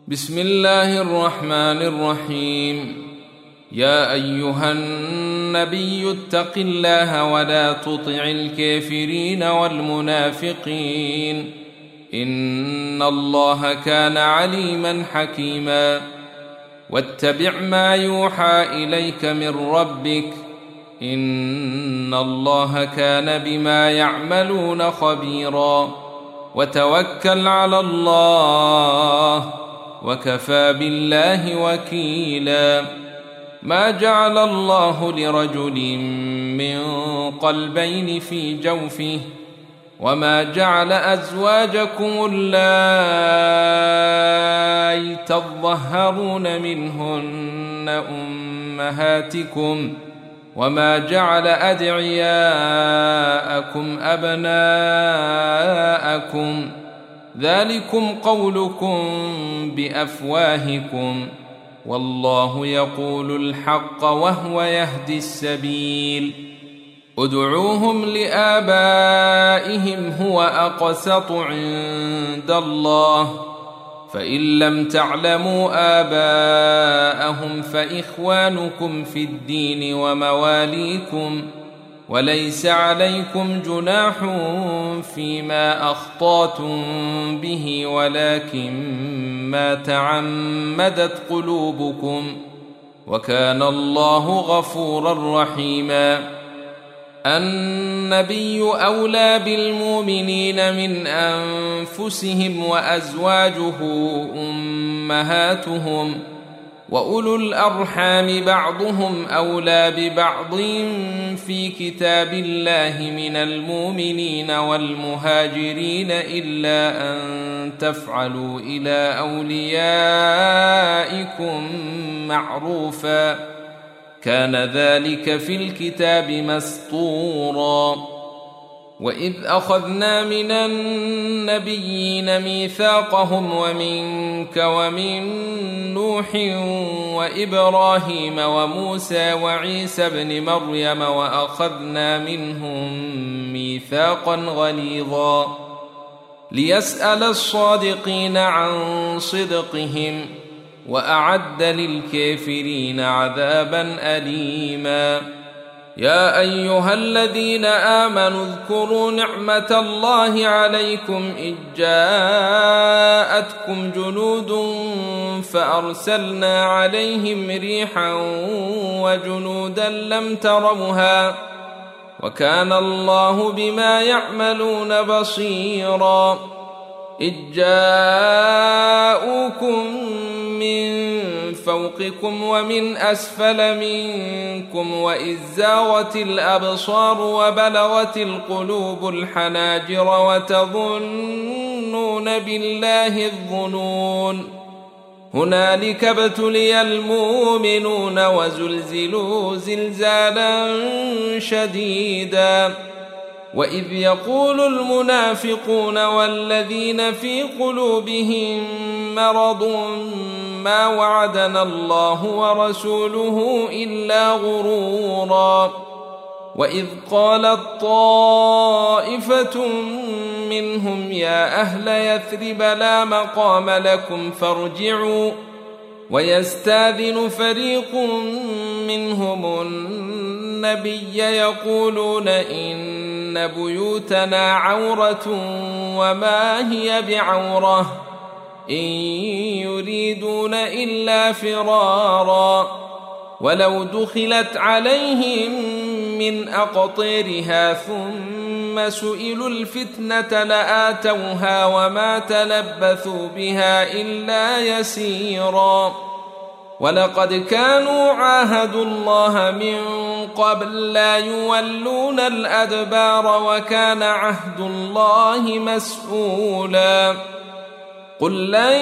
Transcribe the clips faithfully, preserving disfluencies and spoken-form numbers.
بسم الله الرحمن الرحيم. يا أيها النبي اتق الله ولا تطع الكافرين والمنافقين إن الله كان عليما حكيما. واتبع ما يوحى إليك من ربك إن الله كان بما يعملون خبيرا. وتوكل على الله وكفى بالله وكيلا. ما جعل الله لرجل من قلبين في جوفه وما جعل أزواجكم اللائي تظهرون منهن أمهاتكم وما جعل أدعياءكم أبناءكم ذلكم قولكم بأفواهكم والله يقول الحق وهو يهدي السبيل. ادعوهم لآبائهم هو أقسط عند الله فإن لم تعلموا آباءهم فإخوانكم في الدين ومواليكم وليس عليكم جناح فيما أخطأتم به ولكن ما تعمدت قلوبكم وكان الله غفورا رحيما. النبي أولى بالمؤمنين من أنفسهم وأزواجه أمهاتهم وأولو الأرحام بعضهم أولى ببعض في كتاب الله من المؤمنين والمهاجرين إلا أن تفعلوا إلى أوليائكم معروفا كان ذلك في الكتاب مسطورا. وإذ أخذنا من النبيين ميثاقهم ومنك ومن نوح وإبراهيم وموسى وعيسى بن مريم وأخذنا منهم ميثاقا غليظا ليسأل الصادقين عن صدقهم وأعد للكافرين عذابا أليما. يا أيها الذين آمنوا اذكروا نعمة الله عليكم إذ جاءتكم جنود فأرسلنا عليهم ريحا وجنودا لم تروها وكان الله بما يعملون بصيرا. إذ جاءوكم من فوقكم ومن أسفل منكم وإذ زاغت الأبصار وبلغت القلوب الحناجر وتظنون بالله الظنون. هنالك ابتلي المؤمنون وزلزلوا زلزالا شديدا. وإذ يقول المنافقون والذين في قلوبهم مرض ما وعدنا الله ورسوله إلا غرورا. وإذ قالت طائفة منهم يا أهل يثرب لا مقام لكم فارجعوا ويستاذن فريق منهم النبي يقولون إن بيوتنا عورة وما هي بعورة إن يريدون إلا فرارا ولو دخلت عليهم من أقطيرها ثم سئلوا الفتنة لآتوها وما تلبثوا بها إلا يسيرا. ولقد كانوا عاهدوا الله من قبل لا يولون الأدبار وكان عهد الله مسؤولا. قل لن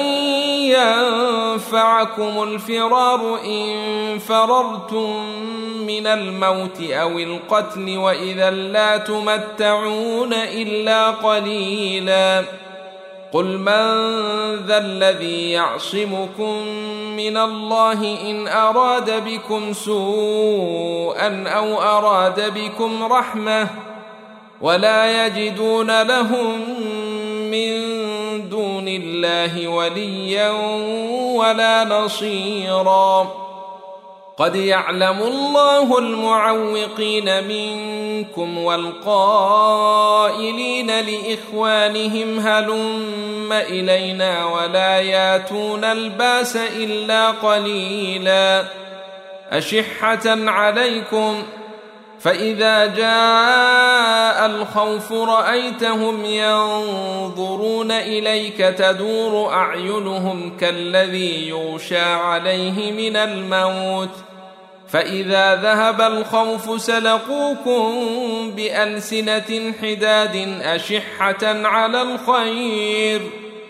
ينفعكم الفرار إن فررتم من الموت أو القتل وإذا لا تمتعون إلا قليلا. قل من ذا الذي يعصمكم من الله إن أراد بكم سوءا أو أراد بكم رحمة ولا يجدون لهم من دون الله وليا ولا نصيرا. قد يعلم الله المعوقين منكم والقائلين لإخوانهم هلم إلينا ولا ياتون الباس إلا قليلا أشحة عليكم فإذا جاء الخوف رأيتهم ينظرون إليك تدور أعينهم كالذي يغشى عليه من الموت فإذا ذهب الخوف سلقوكم بألسنة حداد أشحة على الخير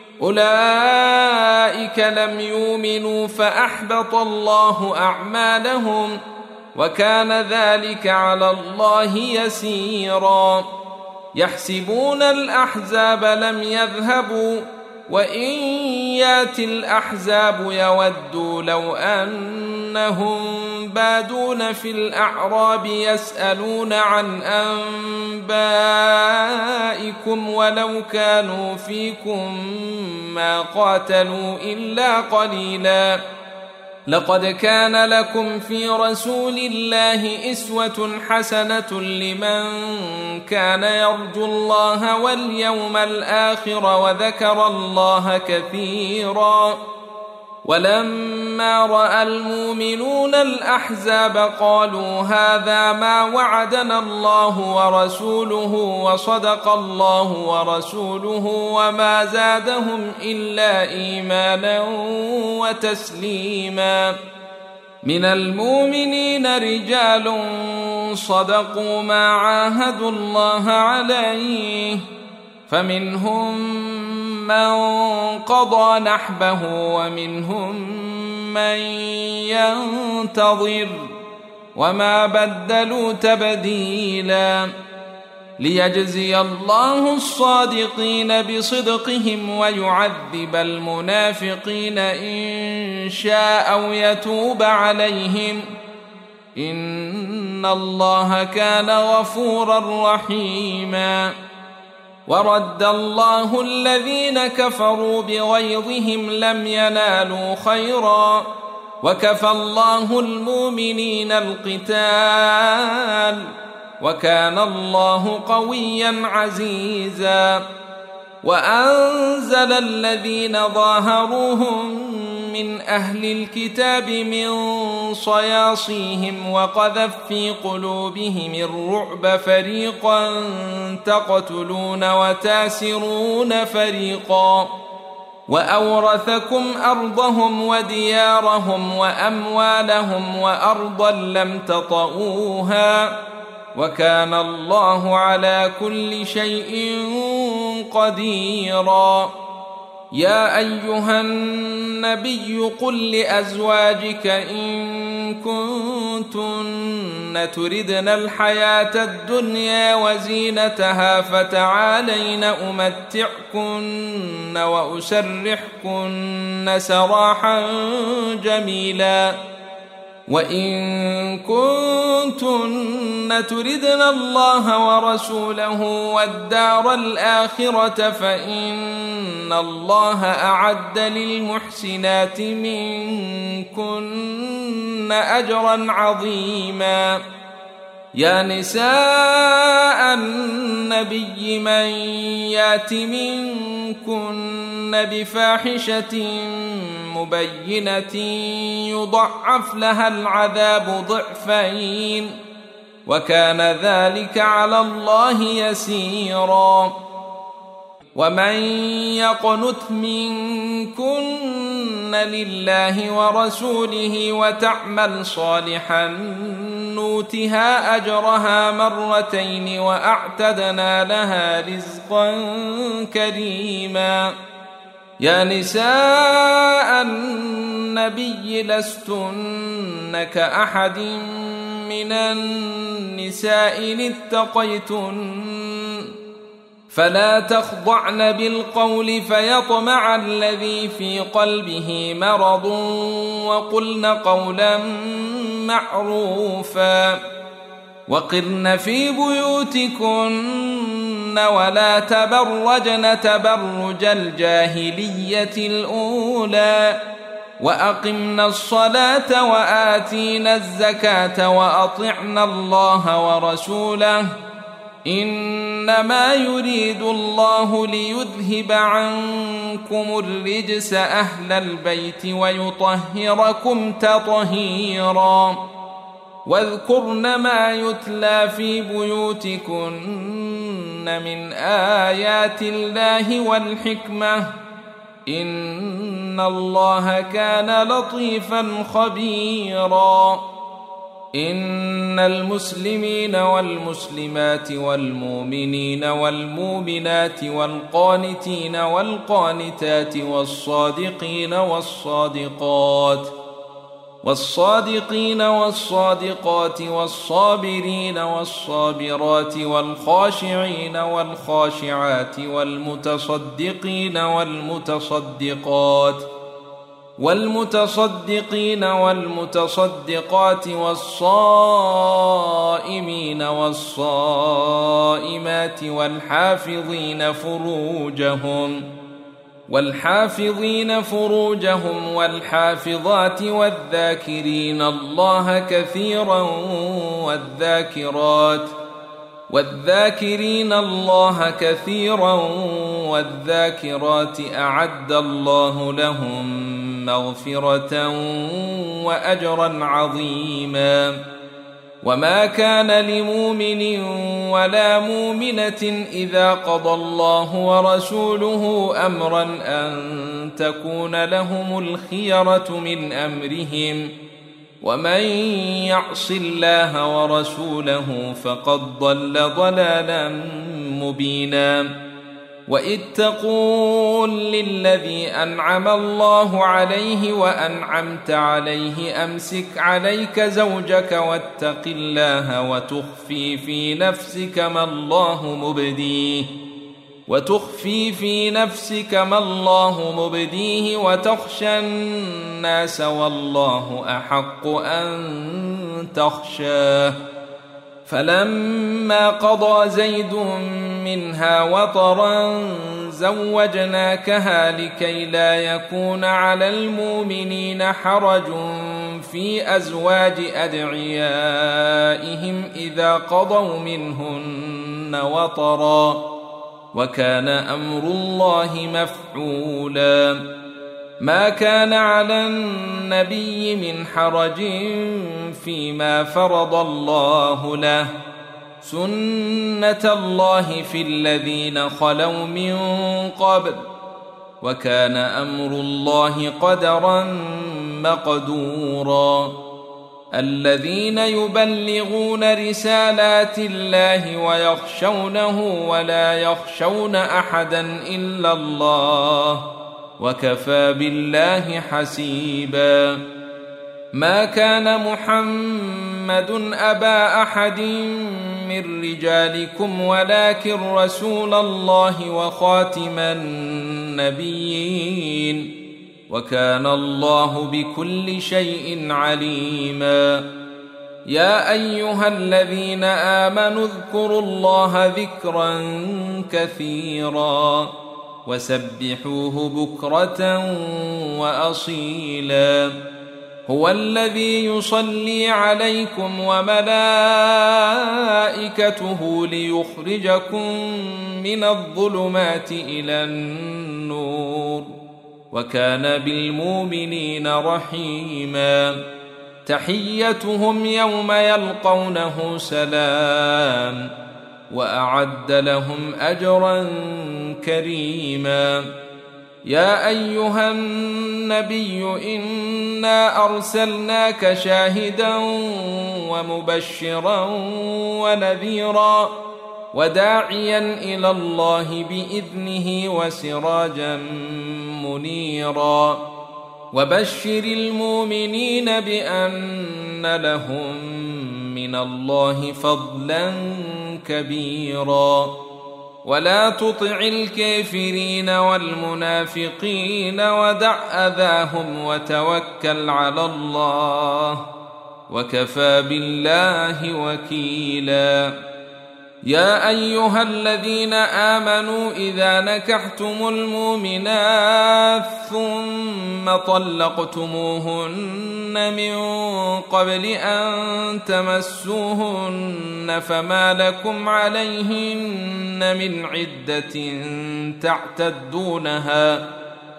أولئك لم يؤمنوا فأحبط الله أعمالهم وكان ذلك على الله يسيرا. يحسبون الأحزاب لم يذهبوا وإن يأتي الأحزاب يودوا لو أنهم بادون في الأعراب يسألون عن أنبائكم ولو كانوا فيكم ما قاتلوا إلا قليلا. لقد كان لكم في رسول الله أسوة حسنة لمن كان يرجو الله واليوم الآخر وذكر الله كثيرا. ولما رأى المؤمنون الأحزاب قالوا هذا ما وعدنا الله ورسوله وصدق الله ورسوله وما زادهم إلا إيمانا وتسليما. من المؤمنين رجال صدقوا ما عاهدوا الله عليه فمنهم من قضى نحبه ومنهم من ينتظر وما بدلوا تبديلا. ليجزي الله الصادقين بصدقهم ويعذب المنافقين إن شاء أو يتوب عليهم إن الله كان غفورا رحيما. ورد الله الذين كفروا بغيظهم لم ينالوا خيرا وكفى الله المؤمنين القتال وكان الله قويا عزيزا. وأنزل الذين ظاهروهم من أهل الكتاب من صياصيهم وقذف في قلوبهم الرعب فريقا تقتلون وتاسرون فريقا وأورثكم أرضهم وديارهم وأموالهم وأرضا لم تطئوها وكان الله على كل شيء قديرا. يا أيها النبي قل لأزواجك إن كنتن تردن الحياة الدنيا وزينتها فتعالين أمتعكن وأسرحكن سراحا جميلا. وإن كنتن تردن الله ورسوله والدار الآخرة فإن الله أعد للمحسنات منكن أجرا عظيما. يا نساء النبي من يات منكن بفاحشة مبينة يضعف لها العذاب ضعفين وكان ذلك على الله يسيرا. ومن يقنت منكن لله ورسوله وتعمل صالحا نؤتها أجرها مرتين وأعتدنا لها رزقا كريما. يا نساء النبي لستن كأحد من النساء إن اتقيتن فلا تخضعن بالقول فيطمع الذي في قلبه مرض وقلن قولا معروفا. وقرن في بيوتكن ولا تبرجن تبرج الجاهلية الأولى وأقمنا الصلاة وآتينا الزكاة وأطعنا الله ورسوله إنما يريد الله ليذهب عنكم الرجس أهل البيت ويطهركم تطهيرا واذكرن ما يتلى في بيوتكن من آيات الله والحكمة إن الله كان لطيفا خبيرا إن المسلمين والمسلمات والمؤمنين والمؤمنات والقانتين والقانتات والصادقين والصادقات والصادقين والصادقات والصابرين والصابرات والخاشعين والخاشعات والمتصدقين والمتصدقات والمتصدقين والمتصدقات والصائمين والصائمات والحافظين فروجهم والحافظين فروجهم والحافظات والذاكرين الله كثيرا والذاكرات والذاكرين الله كثيرا والذاكرات أعد الله لهم مغفرة وأجرا عظيما وما كان لمؤمن ولا مؤمنة إذا قضى الله ورسوله أمرا أن تكون لهم الخيرة من أمرهم ومن يعص الله ورسوله فقد ضل ضلالا مبينا وإذ تقول للذي أنعم الله عليه وأنعمت عليه أمسك عليك زوجك واتق الله وتخفي في نفسك ما الله مبديه وتخفي في نفسك ما الله مبديه وتخشى الناس والله أحق أن تخشاه فلما قضى زيد منها وطرا زوجناكها لكي لا يكون على المؤمنين حرج في أزواج أدعيائهم إذا قضوا منهن وطرا وكان أمر الله مفعولا ما كان على النبي من حرج فيما فرض الله له سنة الله في الذين خلوا من قبل وكان أمر الله قدرا مقدورا الذين يبلغون رسالات الله ويخشونه ولا يخشون أحدا إلا الله وكفى بالله حسيبا ما كان محمد أبا أحد من رجالكم ولكن رسول الله وخاتم النبيين وكان الله بكل شيء عليما يا أيها الذين آمنوا اذكروا الله ذكرا كثيرا وسبحوه بكرة وأصيلا هو الذي يصلي عليكم وملائكته ليخرجكم من الظلمات إلى النور وكان بالمؤمنين رحيما تحيتهم يوم يلقونه سلام وأعد لهم أجرا كريما يا أيها النبي إنا أرسلناك شاهدا ومبشرا ونذيرا وداعيا إلى الله بإذنه وسراجا منيرا وبشر المؤمنين بأن لهم من الله فضلا كبيرا ولا تطع الكافرين والمنافقين ودع أذاهم وتوكل على الله وكفى بالله وكيلا يا أيها الذين آمنوا إذا نكحتم المؤمنات ثم طلقتموهن من قبل أن تمسوهن فما لكم عليهن من عدة تعتدونها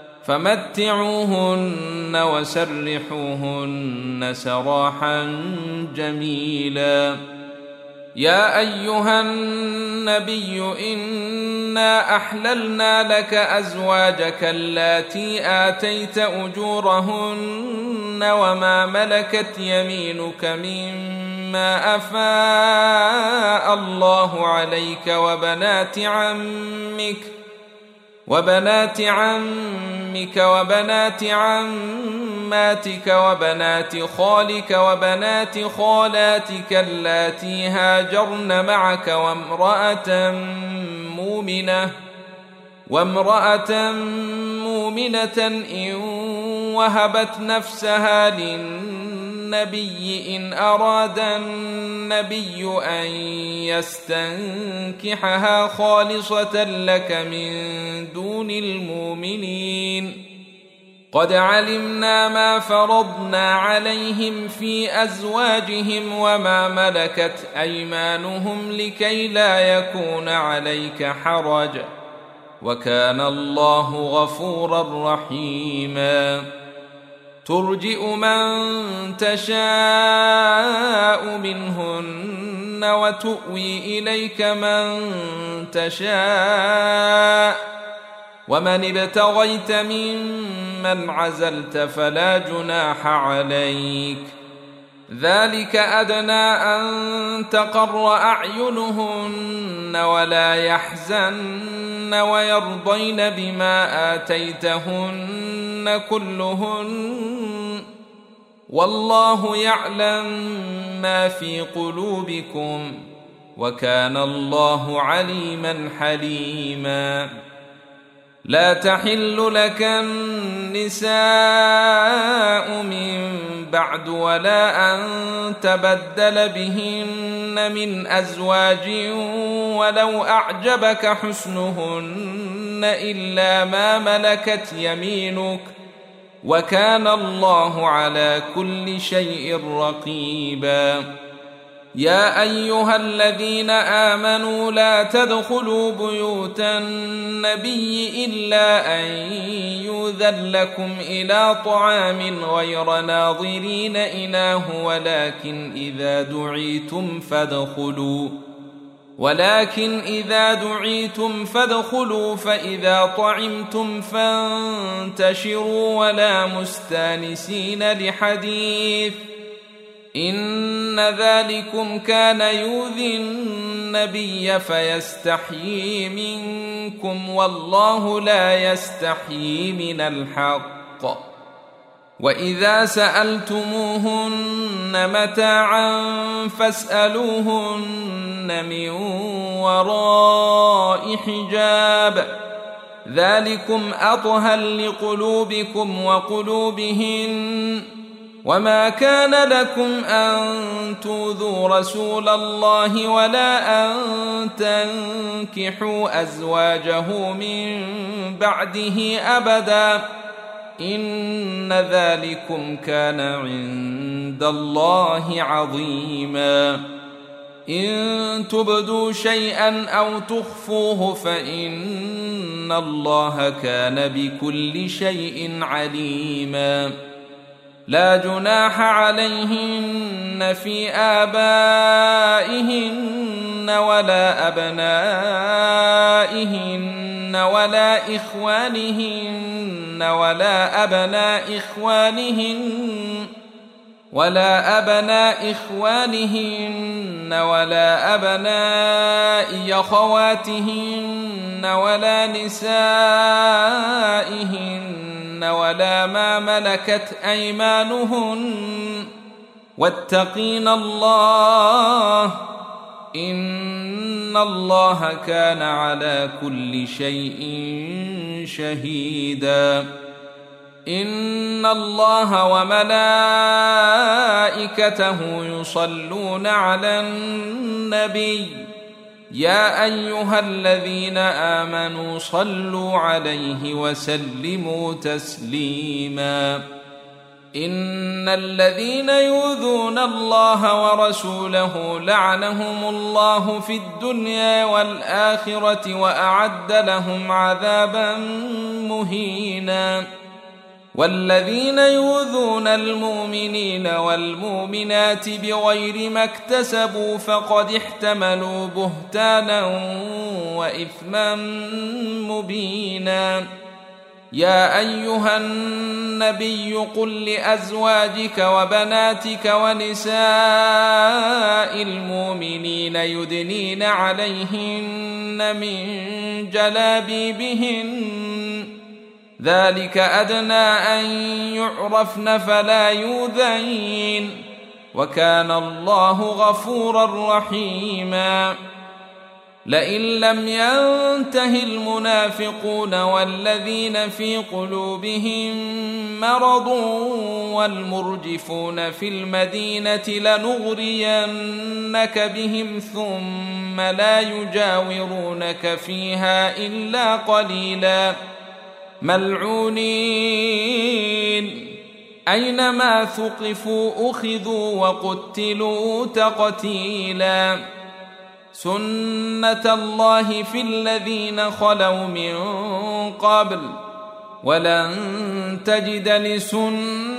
فمتعوهن وسرحوهن سراحا جميلا. يا أيها النبي إنا أحللنا لك أزواجك اللاتي آتيت أجورهن وما ملكت يمينك مما أفاء الله عليك وبنات عمك وبنات عمك وبنات عماتك وبنات خالك وبنات خالاتك اللاتي هاجرن معك وامرأة مؤمنة وامرأة مؤمنة إن وهبت نفسها للنبي إن أراد النبي أن يستنكحها خالصة لك من دون المؤمنين. قد علمنا ما فرضنا عليهم في أزواجهم وما ملكت أيمانهم لكي لا يكون عليك حرج وكان الله غفورا رحيما. ترجئ من تشاء منهن وتؤوي إليك من تشاء ومن ابتغيت ممن عزلت فلا جناح عليك ذلك أدنى أن تقر أعينهن ولا يحزن ويرضين بما آتيتهن كلهن والله يعلم ما في قلوبكم وكان الله عليما حليما. لا تحل لك النساء من بعد ولا أن تبدل بهن من أزواج ولو أعجبك حسنهن إلا ما ملكت يمينك وكان الله على كل شيء رقيبا. يا أيها الذين آمنوا لا تدخلوا بيوت النبي إلا أن يؤذن لكم إلى طعام غير ناظرين إناه ولكن إذا دعيتم فادخلوا ولكن إذا دعيتم فادخلوا فإذا طعمتم فانتشروا ولا مستانسين لحديث إن ذلكم كان يؤذي النبي فيستحيي منكم والله لا يستحيي من الحق. وإذا سألتموهن متاعا فاسألوهن من وراء حجاب ذلكم أطهر لقلوبكم وقلوبهن وما كان لكم أن تؤذوا رسول الله ولا أن تنكحوا أزواجه من بعده أبدا إن ذلكم كان عند الله عظيما. إن تبدوا شيئا أو تخفوه فإن الله كان بكل شيء عليما. لا جناح عليهن في آبائهن ولا أبنائهن ولا إخوانهن ولا أبناء إخوانهن ولا أبناء إخوانهن ولا أبناء أخواتهن ولا نسائهن ولا ما ملكت أيمانهن واتقين الله إن الله كان على كل شيء شهيدا. إن الله وملائكته يصلون على النبي يا أيها الذين آمنوا صلوا عليه وسلموا تسليما إن الذين يؤذون الله ورسوله لعنهم الله في الدنيا والآخرة وأعد لهم عذابا مهينا والذين يؤذون المؤمنين والمؤمنات بغير ما اكتسبوا فقد احتملوا بهتانا وإثما مبينا يا أيها النبي قل لأزواجك وبناتك ونساء المؤمنين يدنين عليهن من جلابيبهن ذلك أدنى أن يعرفن فلا يؤذين وكان الله غفورا رحيما لئن لم ينته المنافقون والذين في قلوبهم مرض والمرجفون في المدينة لنغرينك بهم ثم لا يجاورونك فيها إلا قليلا ملعونين أينما ثقفوا أخذوا وقتلوا تقتيلا سنة الله في الذين خلوا من قبل ولن تجد لسنة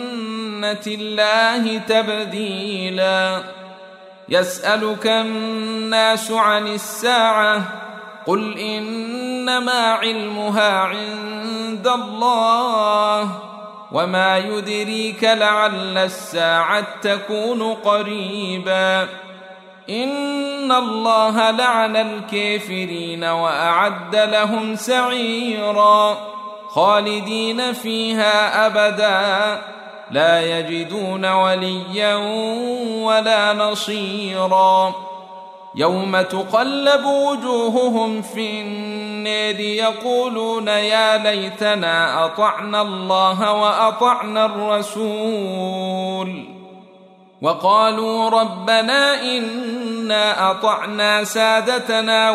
الله تبديلا يسألك الناس عن الساعة قل إنما علمها عند الله وما يدريك لعل الساعة تكون قريبا إن الله لعن الكافرين وأعد لهم سعيرا خالدين فيها أبدا لا يجدون وليا ولا نصيرا يوم تقلب وجوههم في النار يقولون يا ليتنا أطعنا الله وأطعنا الرسول وقالوا ربنا إنا أطعنا سادتنا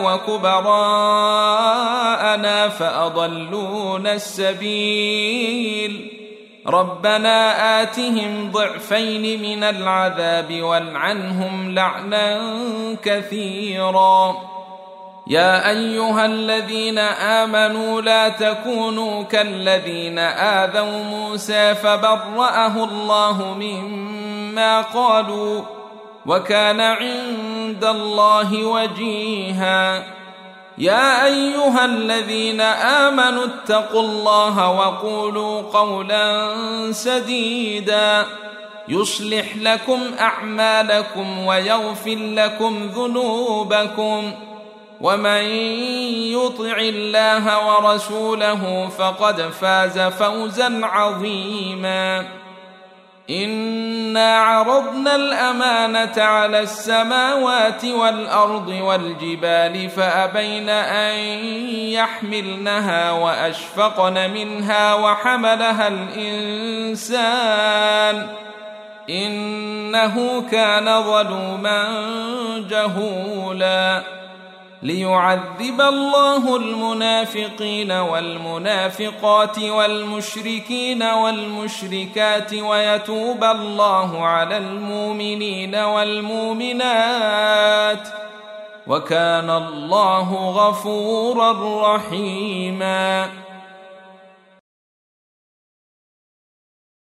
وكبراءنا فأضلونا السبيل ربنا آتهم ضعفين من العذاب والعنهم لعنا كثيرا يا أيها الذين آمنوا لا تكونوا كالذين آذوا موسى فبرأه الله مما قالوا وكان عند الله وجيها يا أيها الذين آمنوا اتقوا الله وقولوا قولا سديدا يصلح لكم أعمالكم ويغفر لكم ذنوبكم ومن يطع الله ورسوله فقد فاز فوزا عظيما إنا عرضنا الأمانة على السماوات والأرض والجبال فأبين أن يحملنها وأشفقن منها وحملها الإنسان إنه كان ظلوما جهولا ليعذب الله المنافقين والمنافقات والمشركين والمشركات ويتوب الله على المؤمنين والمؤمنات وكان الله غفورا رحيما